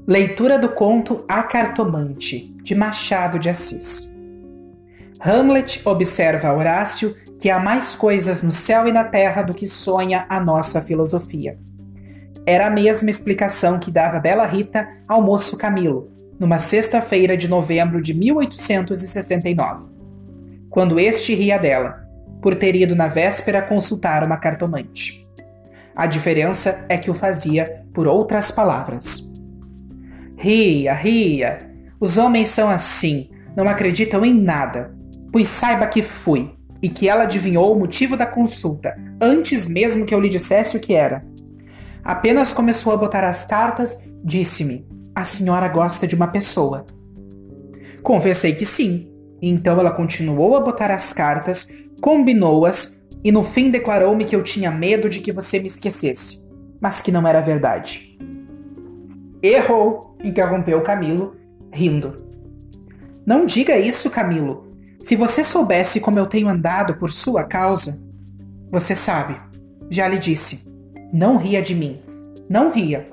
Leitura do conto A Cartomante, de Machado de Assis. Hamlet observa a Horácio que há mais coisas no céu e na terra do que sonha a nossa filosofia. Era a mesma explicação que dava Bela Rita ao moço Camilo, numa sexta-feira de novembro de 1869, quando este ria dela, por ter ido na véspera consultar uma cartomante. A diferença é que o fazia por outras palavras. Ria, ria. Os homens são assim, não acreditam em nada. Pois saiba que fui, e que ela adivinhou o motivo da consulta, antes mesmo que eu lhe dissesse o que era. Apenas começou a botar as cartas, disse-me: a senhora gosta de uma pessoa. Confessei que sim. Então ela continuou a botar as cartas, combinou-as, e no fim declarou-me que eu tinha medo de que você me esquecesse, mas que não era verdade. Errou, interrompeu Camilo, rindo. Não diga isso, Camilo. Se você soubesse como eu tenho andado por sua causa... Você sabe, já lhe disse. Não ria de mim. Não ria.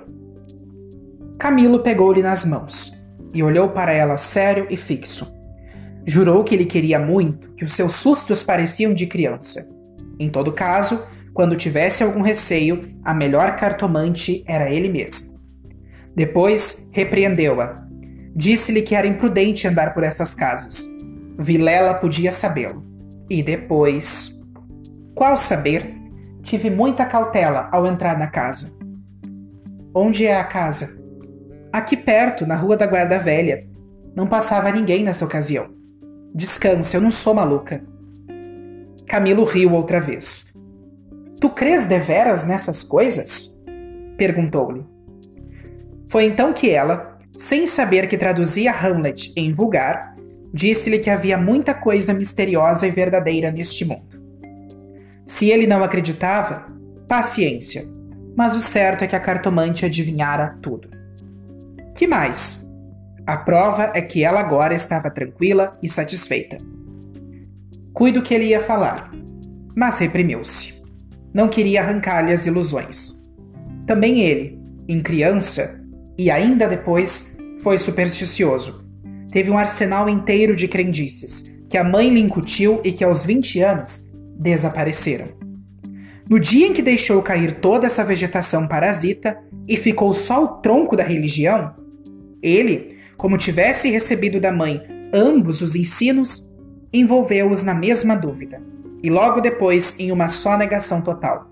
Camilo pegou-lhe nas mãos e olhou para ela sério e fixo. Jurou que ele queria muito, que os seus sustos pareciam de criança. Em todo caso, quando tivesse algum receio, a melhor cartomante era ele mesmo. Depois, repreendeu-a. Disse-lhe que era imprudente andar por essas casas. Vilela podia sabê-lo. E depois... Qual saber? Tive muita cautela ao entrar na casa. Onde é a casa? Aqui perto, na Rua da Guarda Velha. Não passava ninguém nessa ocasião. Descansa, eu não sou maluca. Camilo riu outra vez. Tu crês deveras nessas coisas? Perguntou-lhe. Foi então que ela, sem saber que traduzia Hamlet em vulgar, disse-lhe que havia muita coisa misteriosa e verdadeira neste mundo. Se ele não acreditava, paciência, mas o certo é que a cartomante adivinhara tudo. Que mais? A prova é que ela agora estava tranquila e satisfeita. Cuido que ele ia falar, mas reprimiu-se. Não queria arrancar-lhe as ilusões. Também ele, em criança, e ainda depois, foi supersticioso. Teve um arsenal inteiro de crendices, que a mãe lhe incutiu e que aos 20 anos desapareceram. No dia em que deixou cair toda essa vegetação parasita e ficou só o tronco da religião, ele, como tivesse recebido da mãe ambos os ensinos, envolveu-os na mesma dúvida, e logo depois em uma só negação total.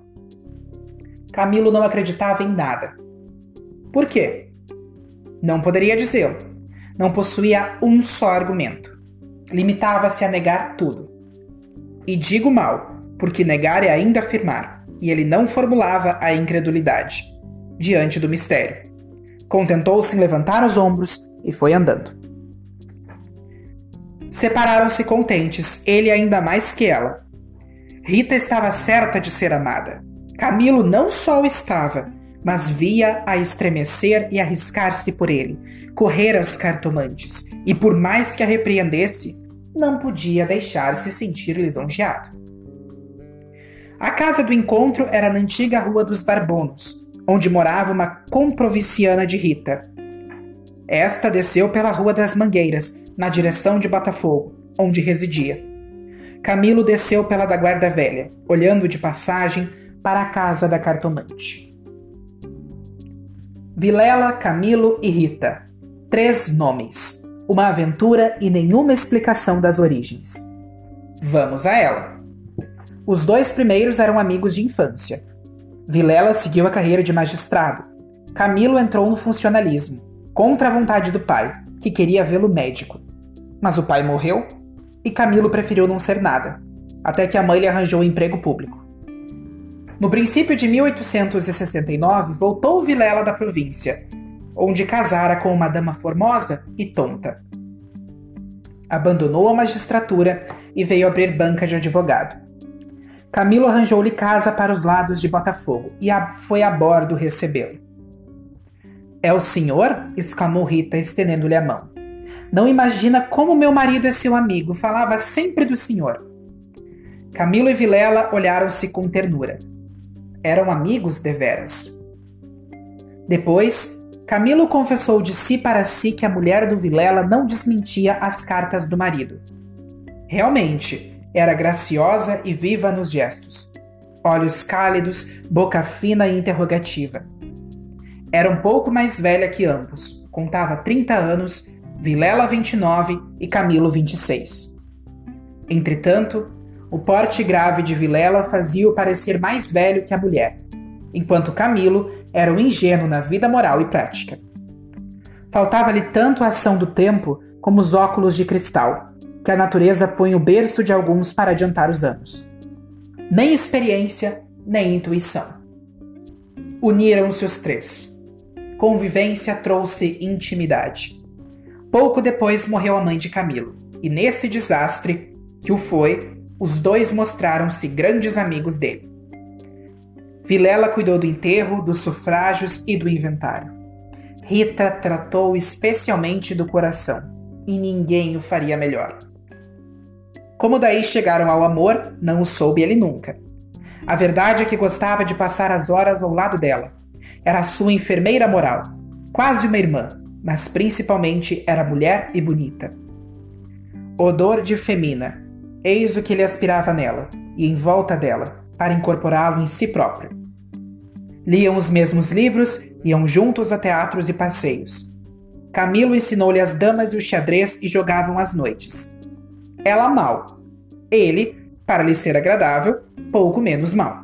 Camilo não acreditava em nada. Por quê? Não poderia dizê-lo. Não possuía um só argumento. Limitava-se a negar tudo. E digo mal, porque negar é ainda afirmar, e ele não formulava a incredulidade diante do mistério. Contentou-se em levantar os ombros e foi andando. Separaram-se contentes, ele ainda mais que ela. Rita estava certa de ser amada. Camilo não só o estava, mas via-a estremecer e arriscar-se por ele, correr às cartomantes, e por mais que a repreendesse, não podia deixar-se sentir lisonjeado. A casa do encontro era na antiga Rua dos Barbonos, onde morava uma comproviciana de Rita. Esta desceu pela Rua das Mangueiras, na direção de Botafogo, onde residia. Camilo desceu pela da Guarda Velha, olhando de passagem para a casa da cartomante. Vilela, Camilo e Rita. 3 nomes. Uma aventura e nenhuma explicação das origens. Vamos a ela. Os 2 primeiros eram amigos de infância. Vilela seguiu a carreira de magistrado. Camilo entrou no funcionalismo, contra a vontade do pai, que queria vê-lo médico. Mas o pai morreu e Camilo preferiu não ser nada, até que a mãe lhe arranjou um emprego público. No princípio de 1869, voltou Vilela da província, onde casara com uma dama formosa e tonta. Abandonou a magistratura e veio abrir banca de advogado. Camilo arranjou-lhe casa para os lados de Botafogo e foi a bordo recebê-lo. É o senhor? Exclamou Rita, estendendo-lhe a mão. Não imagina como meu marido é seu amigo, falava sempre do senhor. Camilo e Vilela olharam-se com ternura. Eram amigos deveras. Depois, Camilo confessou de si para si que a mulher do Vilela não desmentia as cartas do marido. Realmente, era graciosa e viva nos gestos. Olhos cálidos, boca fina e interrogativa. Era um pouco mais velha que ambos. Contava 30 anos, Vilela 29 e Camilo 26. Entretanto, o porte grave de Vilela fazia-o parecer mais velho que a mulher, enquanto Camilo era um ingênuo na vida moral e prática. Faltava-lhe tanto a ação do tempo como os óculos de cristal, que a natureza põe o berço de alguns para adiantar os anos. Nem experiência, nem intuição. Uniram-se os três. Convivência trouxe intimidade. Pouco depois morreu a mãe de Camilo, e nesse desastre, que o foi, os dois mostraram-se grandes amigos dele. Vilela cuidou do enterro, dos sufrágios e do inventário. Rita tratou especialmente do coração, e ninguém o faria melhor. Como daí chegaram ao amor, não o soube ele nunca. A verdade é que gostava de passar as horas ao lado dela. Era a sua enfermeira moral, quase uma irmã, mas principalmente era mulher e bonita. Odor de femina, eis o que ele aspirava nela, e em volta dela, para incorporá-lo em si próprio. Liam os mesmos livros, iam juntos a teatros e passeios. Camilo ensinou-lhe as damas e o xadrez e jogavam às noites. Ela mal. Ele, para lhe ser agradável, pouco menos mal.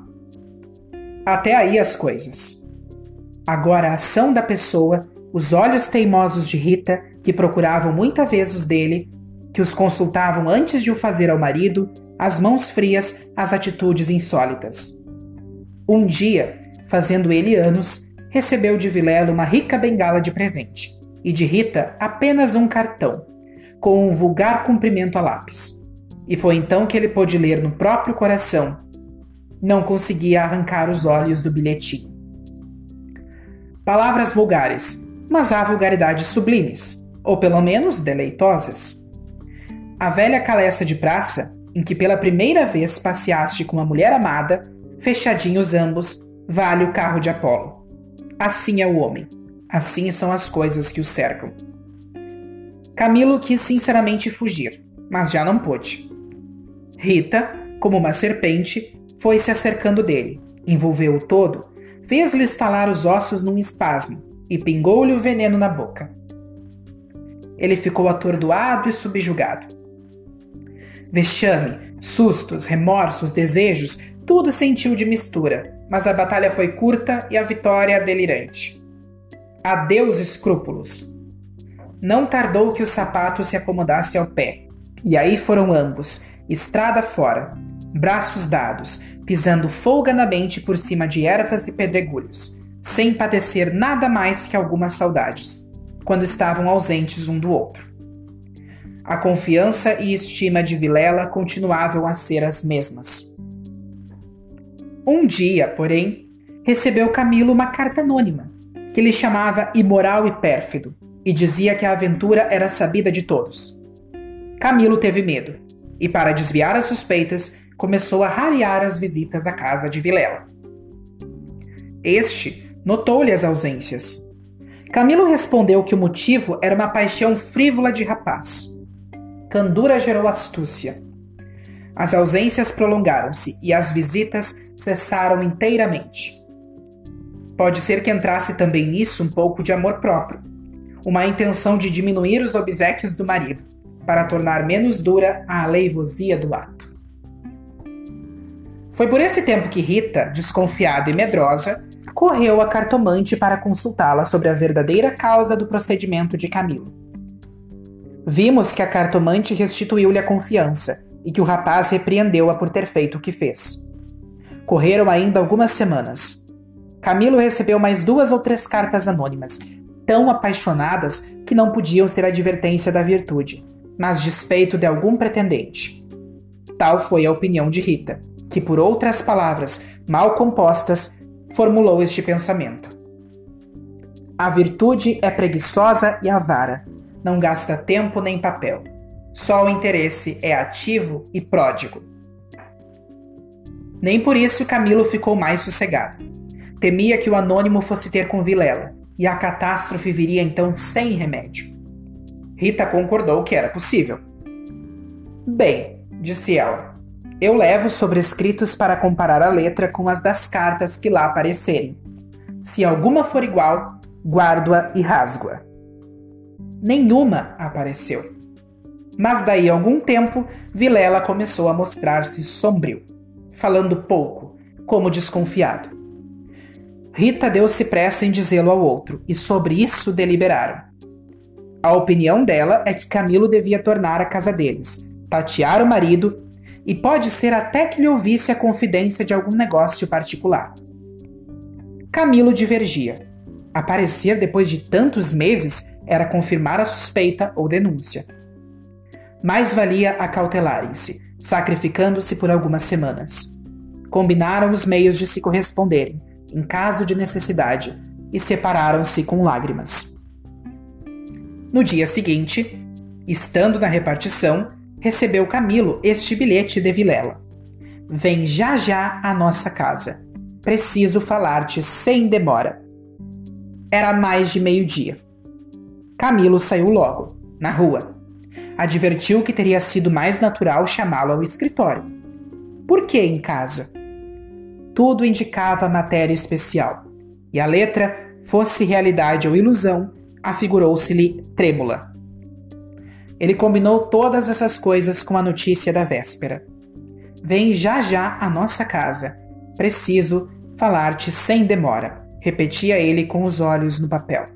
Até aí as coisas. Agora a ação da pessoa, os olhos teimosos de Rita, que procuravam muita vez os dele, que os consultavam antes de o fazer ao marido, as mãos frias, as atitudes insólitas. Um dia, fazendo ele anos, recebeu de Vilela uma rica bengala de presente, e de Rita apenas um cartão, com um vulgar cumprimento a lápis. E foi então que ele pôde ler no próprio coração. Não conseguia arrancar os olhos do bilhetinho. Palavras vulgares, mas há vulgaridades sublimes, ou pelo menos deleitosas. A velha caleça de praça, em que pela primeira vez passeaste com uma mulher amada, fechadinhos ambos, vale o carro de Apolo. Assim é o homem, assim são as coisas que o cercam. Camilo quis sinceramente fugir, mas já não pôde. Rita, como uma serpente, foi se acercando dele, envolveu-o todo, fez-lhe estalar os ossos num espasmo e pingou-lhe o veneno na boca. Ele ficou atordoado e subjugado. Vexame, sustos, remorsos, desejos, tudo sentiu de mistura, mas a batalha foi curta e a vitória delirante. Adeus escrúpulos. Não tardou que o sapato se acomodasse ao pé, e aí foram ambos, estrada fora, braços dados, pisando folganamente por cima de ervas e pedregulhos, sem padecer nada mais que algumas saudades, quando estavam ausentes um do outro. A confiança e estima de Vilela continuavam a ser as mesmas. Um dia, porém, recebeu Camilo uma carta anônima, que lhe chamava imoral e pérfido, e dizia que a aventura era sabida de todos. Camilo teve medo, e para desviar as suspeitas, começou a rarear as visitas à casa de Vilela. Este notou-lhe as ausências. Camilo respondeu que o motivo era uma paixão frívola de rapaz. Candura gerou astúcia. As ausências prolongaram-se e as visitas cessaram inteiramente. Pode ser que entrasse também nisso um pouco de amor próprio, uma intenção de diminuir os obséquios do marido, para tornar menos dura a aleivosia do ato. Foi por esse tempo que Rita, desconfiada e medrosa, correu à cartomante para consultá-la sobre a verdadeira causa do procedimento de Camilo. Vimos que a cartomante restituiu-lhe a confiança e que o rapaz repreendeu-a por ter feito o que fez. Correram ainda algumas semanas. Camilo recebeu mais 2 ou 3 cartas anônimas, tão apaixonadas que não podiam ser advertência da virtude, mas despeito de algum pretendente. Tal foi a opinião de Rita, que por outras palavras mal compostas formulou este pensamento. A virtude é preguiçosa e avara, não gasta tempo nem papel. Só o interesse é ativo e pródigo. Nem por isso Camilo ficou mais sossegado. Temia que o anônimo fosse ter com Vilela, e a catástrofe viria então sem remédio. Rita concordou que era possível. Bem, disse ela, eu levo sobrescritos para comparar a letra com as das cartas que lá aparecerem. Se alguma for igual, guardo-a e rasgo-a. Nenhuma apareceu. Mas daí a algum tempo, Vilela começou a mostrar-se sombrio, falando pouco, como desconfiado. Rita deu-se pressa em dizê-lo ao outro, e sobre isso deliberaram. A opinião dela é que Camilo devia tornar a casa deles, tatear o marido, e pode ser até que lhe ouvisse a confidência de algum negócio particular. Camilo divergia. Aparecer depois de tantos meses era confirmar a suspeita ou denúncia. Mais valia acautelarem-se, sacrificando-se por algumas semanas. Combinaram os meios de se corresponderem, em caso de necessidade, e separaram-se com lágrimas. No dia seguinte, estando na repartição, recebeu Camilo este bilhete de Vilela. Vem já já à nossa casa. Preciso falar-te sem demora. Era mais de meio-dia. Camilo saiu logo, na rua. Advertiu que teria sido mais natural chamá-lo ao escritório. Por que em casa? Tudo indicava matéria especial, e a letra, fosse realidade ou ilusão, afigurou-se-lhe trêmula. Ele combinou todas essas coisas com a notícia da véspera. Vem já já à nossa casa. Preciso falar-te sem demora, repetia ele com os olhos no papel.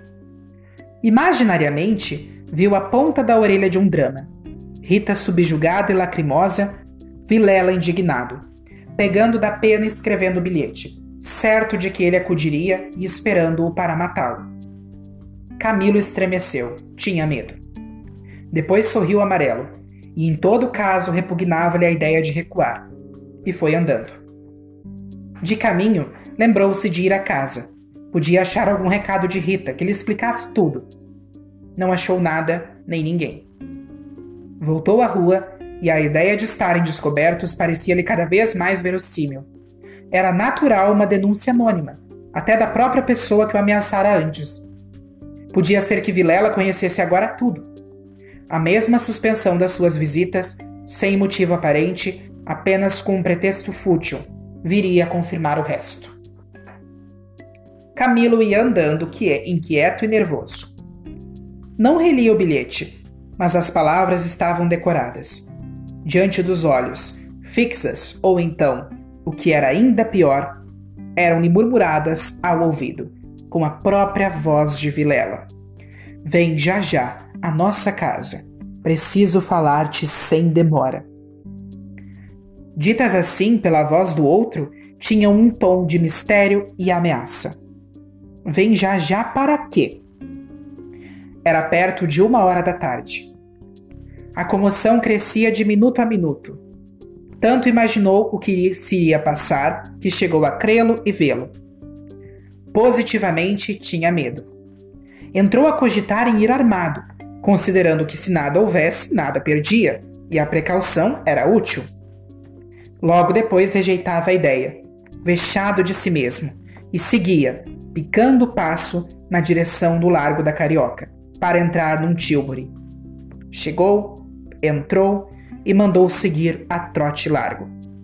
Imaginariamente, viu a ponta da orelha de um drama. Rita subjugada e lacrimosa, Vilela indignado, pegando da pena e escrevendo o bilhete, certo de que ele acudiria e esperando-o para matá-lo. Camilo estremeceu, tinha medo. Depois sorriu amarelo, e em todo caso repugnava-lhe a ideia de recuar, e foi andando. De caminho, lembrou-se de ir à casa. Podia achar algum recado de Rita que lhe explicasse tudo. Não achou nada, nem ninguém. Voltou à rua e a ideia de estarem descobertos parecia-lhe cada vez mais verossímil. Era natural uma denúncia anônima, até da própria pessoa que o ameaçara antes. Podia ser que Vilela conhecesse agora tudo. A mesma suspensão das suas visitas, sem motivo aparente, apenas com um pretexto fútil, viria a confirmar o resto. Camilo ia andando, inquieto e nervoso. Não relia o bilhete, mas as palavras estavam decoradas. Diante dos olhos, fixas, ou então, o que era ainda pior, eram-lhe murmuradas ao ouvido, com a própria voz de Vilela. Vem já já à nossa casa. Preciso falar-te sem demora. Ditas assim pela voz do outro, tinham um tom de mistério e ameaça. Vem já já para quê? Era perto de 1h da tarde. A comoção crescia de minuto a minuto. Tanto imaginou o que se iria passar que chegou a crê-lo e vê-lo. Positivamente tinha medo. Entrou a cogitar em ir armado, considerando que se nada houvesse, nada perdia, e a precaução era útil. Logo depois rejeitava a ideia, vexado de si mesmo, e seguia, picando o passo na direção do Largo da Carioca, para entrar num tílburi. Chegou, entrou e mandou seguir a trote largo.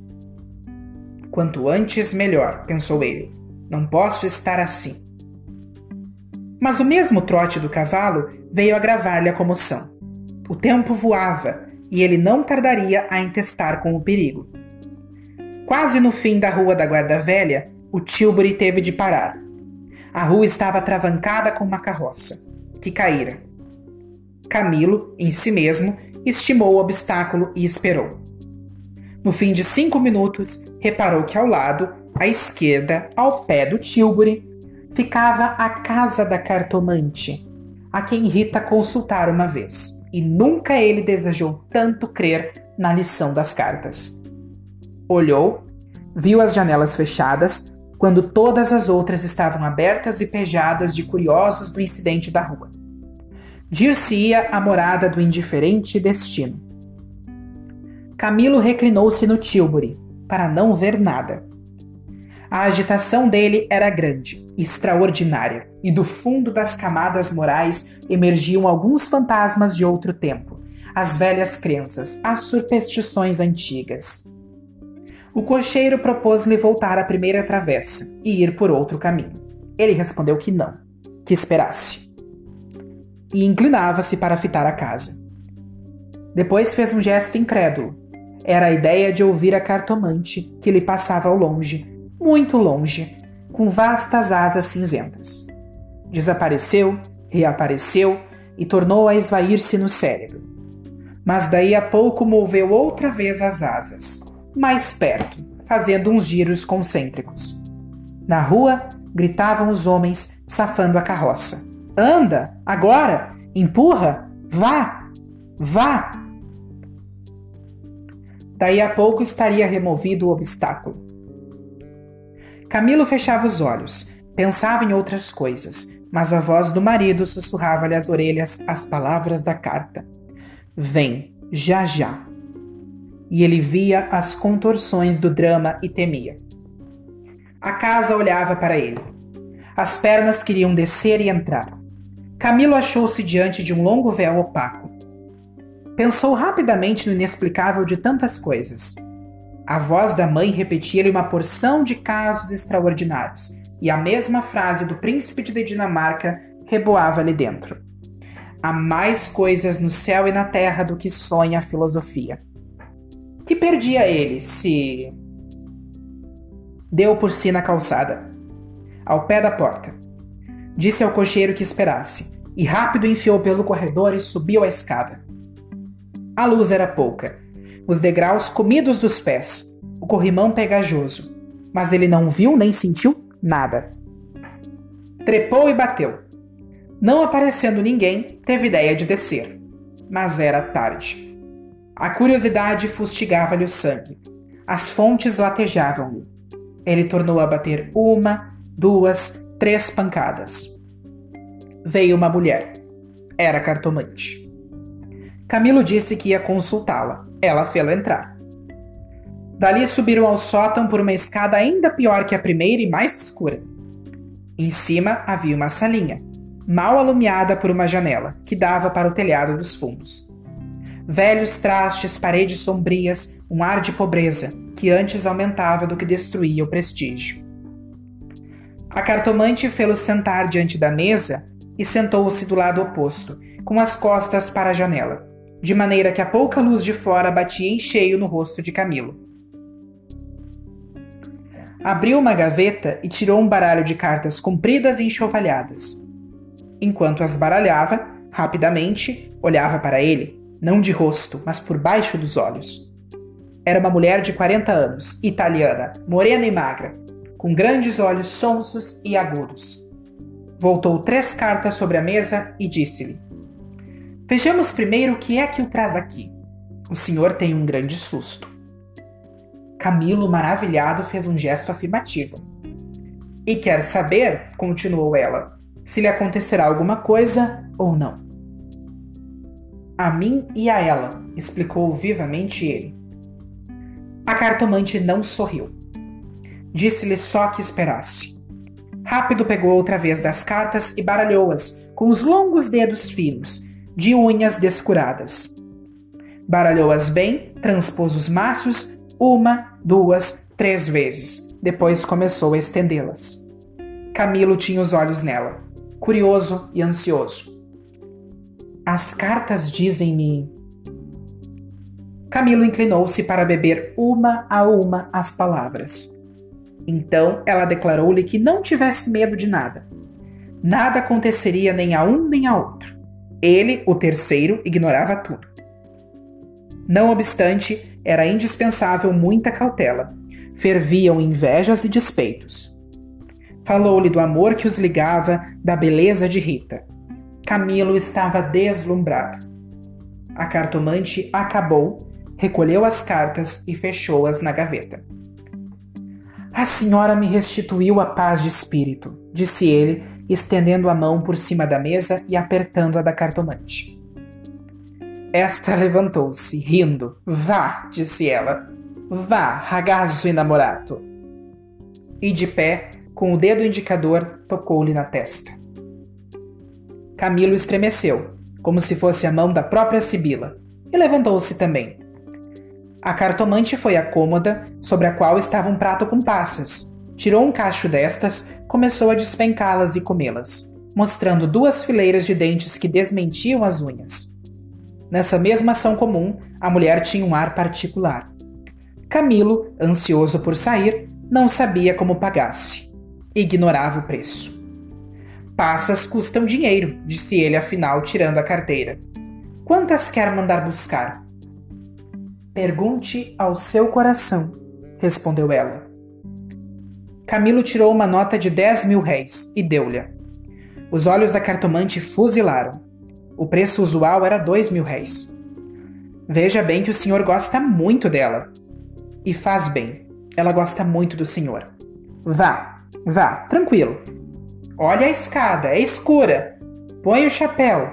Quanto antes, melhor, pensou ele. Não posso estar assim. Mas o mesmo trote do cavalo veio agravar-lhe a comoção. O tempo voava e ele não tardaria a entestar com o perigo. Quase no fim da Rua da Guarda Velha, o tílburi teve de parar. A rua estava atravancada com uma carroça, que caíra. Camilo, em si mesmo, estimou o obstáculo e esperou. No fim de 5 minutos, reparou que ao lado, à esquerda, ao pé do tílburi, ficava a casa da cartomante, a quem Rita consultara uma vez, e nunca ele desejou tanto crer na lição das cartas. Olhou, viu as janelas fechadas, quando todas as outras estavam abertas e pejadas de curiosos do incidente da rua. Dir-se-ia a morada do indiferente destino. Camilo reclinou-se no tílburi, para não ver nada. A agitação dele era grande, extraordinária, e do fundo das camadas morais emergiam alguns fantasmas de outro tempo, as velhas crenças, as superstições antigas. O cocheiro propôs-lhe voltar à primeira travessa e ir por outro caminho. Ele respondeu que não, que esperasse. E inclinava-se para fitar a casa. Depois fez um gesto incrédulo. Era a ideia de ouvir a cartomante que lhe passava ao longe, muito longe, com vastas asas cinzentas. Desapareceu, reapareceu e tornou a esvair-se no cérebro. Mas daí a pouco moveu outra vez as asas, mais perto, fazendo uns giros concêntricos. Na rua, gritavam os homens, safando a carroça. Anda, agora! Empurra! Vá! Vá! Daí a pouco estaria removido o obstáculo. Camilo fechava os olhos, pensava em outras coisas, mas a voz do marido sussurrava-lhe às orelhas as palavras da carta. Vem, já já. E ele via as contorções do drama e temia. A casa olhava para ele. As pernas queriam descer e entrar. Camilo achou-se diante de um longo véu opaco. Pensou rapidamente no inexplicável de tantas coisas. A voz da mãe repetia-lhe uma porção de casos extraordinários, e a mesma frase do príncipe de Dinamarca reboava-lhe dentro. Há mais coisas no céu e na terra do que sonha a filosofia. Que perdia ele se... Deu por si na calçada, ao pé da porta. Disse ao cocheiro que esperasse, e rápido enfiou pelo corredor e subiu a escada. A luz era pouca, os degraus comidos dos pés, o corrimão pegajoso, mas ele não viu nem sentiu nada. Trepou e bateu. Não aparecendo ninguém, teve ideia de descer, mas era tarde. A curiosidade fustigava-lhe o sangue. As fontes latejavam-lhe. Ele tornou a bater 1, 2, 3 pancadas. Veio uma mulher. Era a cartomante. Camilo disse que ia consultá-la. Ela fê-lo entrar. Dali subiram ao sótão por uma escada ainda pior que a primeira e mais escura. Em cima havia uma salinha, mal alumiada por uma janela, que dava para o telhado dos fundos. Velhos trastes, paredes sombrias, um ar de pobreza, que antes aumentava do que destruía o prestígio. A cartomante fê-lo sentar diante da mesa e sentou-se do lado oposto, com as costas para a janela, de maneira que a pouca luz de fora batia em cheio no rosto de Camilo. Abriu uma gaveta e tirou um baralho de cartas compridas e enxovalhadas. Enquanto as baralhava, rapidamente, olhava para ele, não de rosto, mas por baixo dos olhos. Era uma mulher de 40 anos, italiana, morena e magra, com grandes olhos sonsos e agudos. Voltou 3 cartas sobre a mesa e disse-lhe: Vejamos primeiro o que é que o traz aqui. O senhor tem um grande susto. Camilo, maravilhado, fez um gesto afirmativo. E quer saber, continuou ela, se lhe acontecerá alguma coisa ou não. A mim e a ela, explicou vivamente ele. A cartomante não sorriu. Disse-lhe só que esperasse. Rápido pegou outra vez das cartas e baralhou-as com os longos dedos finos, de unhas descuradas. Baralhou-as bem, transpôs os maços 1, 2, 3 vezes. Depois começou a estendê-las. Camilo tinha os olhos nela, curioso e ansioso. As cartas dizem-me... Camilo inclinou-se para beber uma a uma as palavras. Então ela declarou-lhe que não tivesse medo de nada. Nada aconteceria nem a um nem a outro. Ele, o terceiro, ignorava tudo. Não obstante, era indispensável muita cautela. Ferviam invejas e despeitos. Falou-lhe do amor que os ligava, da beleza de Rita. Camilo estava deslumbrado. A cartomante acabou, recolheu as cartas e fechou-as na gaveta. A senhora me restituiu a paz de espírito, disse ele, estendendo a mão por cima da mesa e apertando a da cartomante. Esta levantou-se, rindo. Vá, disse ela. Vá, ragazzo innamorato. e, de pé, com o dedo indicador, tocou-lhe na testa. Camilo estremeceu, como se fosse a mão da própria Sibila, e levantou-se também. A cartomante foi à cômoda, sobre a qual estava um prato com passas. Tirou um cacho destas, começou a despencá-las e comê-las, mostrando 2 fileiras de dentes que desmentiam as unhas. Nessa mesma ação comum, a mulher tinha um ar particular. Camilo, ansioso por sair, não sabia como pagasse. Ignorava o preço. Passas custam dinheiro, disse ele afinal, tirando a carteira. Quantas quer mandar buscar? Pergunte ao seu coração, respondeu ela. Camilo tirou uma nota de 10.000 réis e deu-lhe. Os olhos da cartomante fuzilaram. O preço usual era 2.000 réis. Veja bem que o senhor gosta muito dela. E faz bem. Ela gosta muito do senhor. Vá, tranquilo. Olha a escada, é escura. Põe o chapéu.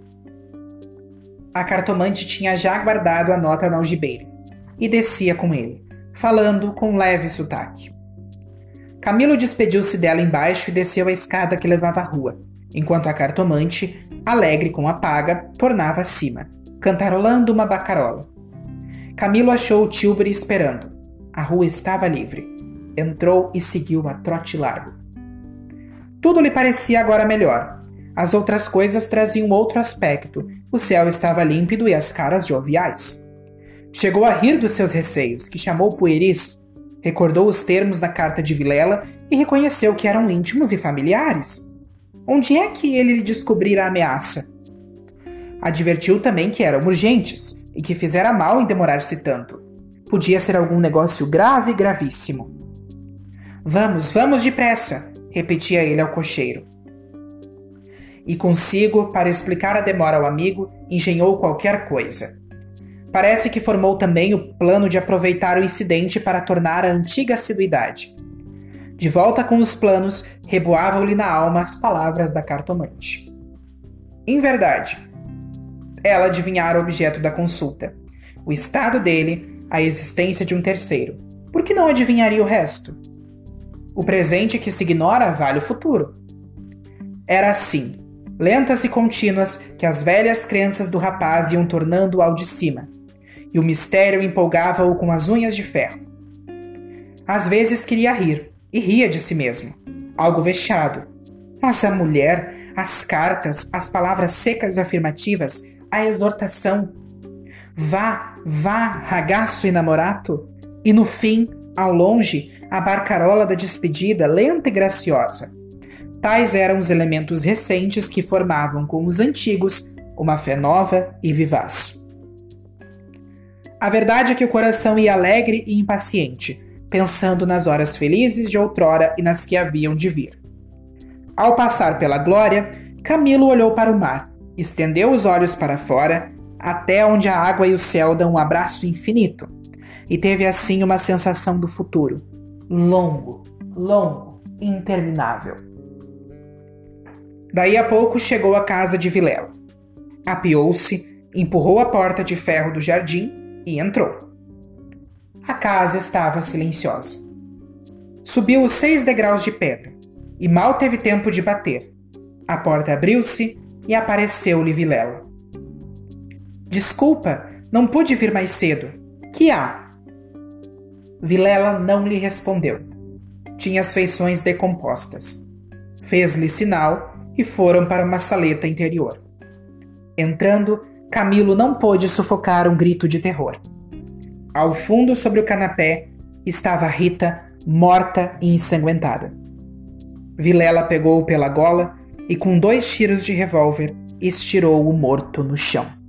A cartomante tinha já guardado a nota na algibeira e descia com ele, falando com leve sotaque. Camilo despediu-se dela embaixo e desceu a escada que levava à rua, enquanto a cartomante, alegre com a paga, tornava acima, cantarolando uma bacarola. Camilo achou o tilbury esperando. A rua estava livre. Entrou e seguiu a trote largo. Tudo lhe parecia agora melhor. As outras coisas traziam outro aspecto. O céu estava límpido e as caras joviais. Chegou a rir dos seus receios, que chamou pueris. Recordou os termos da carta de Vilela e reconheceu que eram íntimos e familiares. Onde é que ele lhe descobrira a ameaça? Advertiu também que eram urgentes e que fizera mal em demorar-se tanto. Podia ser algum negócio grave e gravíssimo. Vamos depressa, repetia ele ao cocheiro. E consigo, para explicar a demora ao amigo, engenhou qualquer coisa. Parece que formou também o plano de aproveitar o incidente para tornar a antiga assiduidade. De volta com os planos, reboavam-lhe na alma as palavras da cartomante. Em verdade, ela adivinhara o objeto da consulta, o estado dele, a existência de um terceiro. Por que não adivinharia o resto? O presente que se ignora vale o futuro. Era assim, lentas e contínuas, que as velhas crenças do rapaz iam tornando ao de cima, e o mistério empolgava-o com as unhas de ferro. Às vezes queria rir, e ria de si mesmo, algo vexado. Mas a mulher, as cartas, as palavras secas e afirmativas, a exortação. Vá, ragazzo inamorato. E no fim, ao longe, a barcarola da despedida, lenta e graciosa. Tais eram os elementos recentes que formavam com os antigos uma fé nova e vivaz. A verdade é que o coração ia alegre e impaciente, pensando nas horas felizes de outrora e nas que haviam de vir. Ao passar pela glória, Camilo olhou para o mar, estendeu os olhos para fora, até onde a água e o céu dão um abraço infinito, e teve assim uma sensação do futuro, longo, e interminável. Daí a pouco chegou à casa de Vilela. Apeou-se, empurrou a porta de ferro do jardim e entrou. A casa estava silenciosa. Subiu os 6 degraus de pedra e mal teve tempo de bater. A porta abriu-se e apareceu-lhe Vilela. Desculpa, não pude vir mais cedo. Que há? Vilela não lhe respondeu. Tinha as feições decompostas. Fez-lhe sinal e foram para uma saleta interior. Entrando, Camilo não pôde sufocar um grito de terror. Ao fundo, sobre o canapé, estava Rita, morta e ensanguentada. Vilela pegou-o pela gola e, com 2 tiros de revólver, estirou o morto no chão.